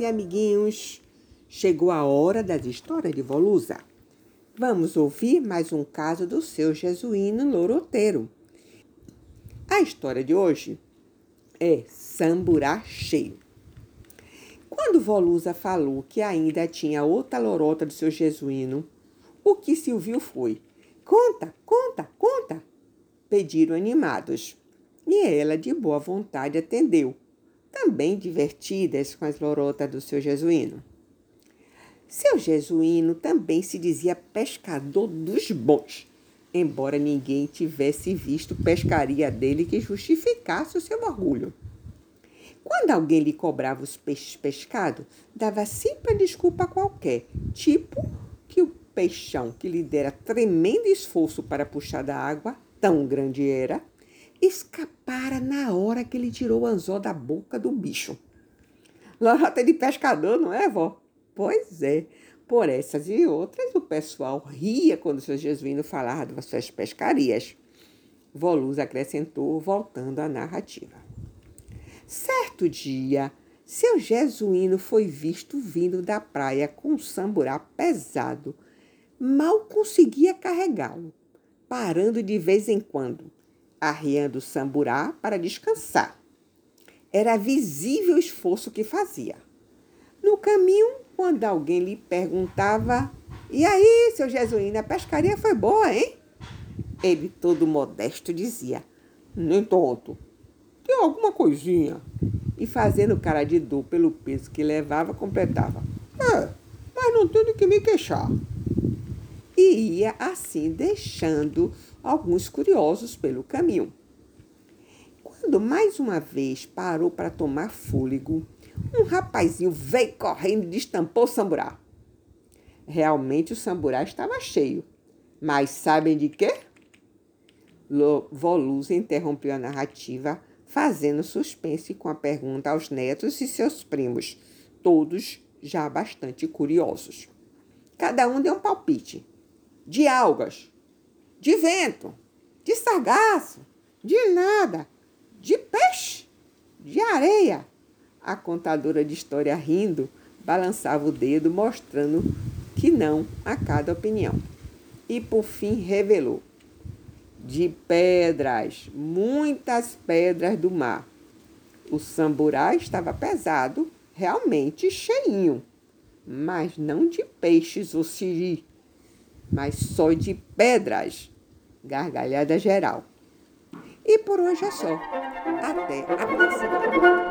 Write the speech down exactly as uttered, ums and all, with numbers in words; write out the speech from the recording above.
e amiguinhos! Chegou a hora das histórias de Volusa. Vamos ouvir mais um caso do seu jesuíno loroteiro. A história de hoje é Samburá Cheio. Quando Volusa falou que ainda tinha outra lorota do seu jesuíno, o que se ouviu foi: "Conta, conta, conta!" Pediram animados. E ela, de boa vontade, atendeu, também divertidas com as lorotas do seu jesuíno. Seu jesuíno também se dizia pescador dos bons, embora ninguém tivesse visto pescaria dele que justificasse o seu orgulho. Quando alguém lhe cobrava os peixes pescados, dava sempre desculpa qualquer, tipo que o peixão que lhe dera tremendo esforço para puxar da água, tão grande era, escapara na hora que ele tirou o anzol da boca do bicho. Lorota de pescador, não é, vó? Pois é. Por essas e outras, o pessoal ria quando o seu jesuíno falava das suas pescarias. Volusa acrescentou, voltando à narrativa. Certo dia, seu jesuíno foi visto vindo da praia com um samburá pesado. Mal conseguia carregá-lo, parando de vez em quando, arriando o samburá para descansar. Era visível o esforço que fazia. No caminho, quando alguém lhe perguntava: "E aí, seu jesuíno, a pescaria foi boa, hein?" Ele, todo modesto, dizia: "Nem tanto. Tem alguma coisinha." E, fazendo cara de dor pelo peso que levava, completava: "É, mas não tenho de que me queixar." E ia assim deixando alguns curiosos pelo caminho. Quando mais uma vez parou para tomar fôlego, um rapazinho veio correndo e destampou o samburá. Realmente o samburá estava cheio. Mas sabem de quê? Volusa interrompeu a narrativa, fazendo suspense com a pergunta aos netos e seus primos, todos já bastante curiosos. Cada um deu um palpite. De algas, de vento, de sargaço, de nada, de peixe, de areia. A contadora de história, rindo, balançava o dedo, mostrando que não a cada opinião. E, por fim, revelou: de pedras, muitas pedras do mar. O samburá estava pesado, realmente cheinho, mas não de peixes ou siri, mas só de pedras. Gargalhada geral. E por hoje é só. Até a próxima.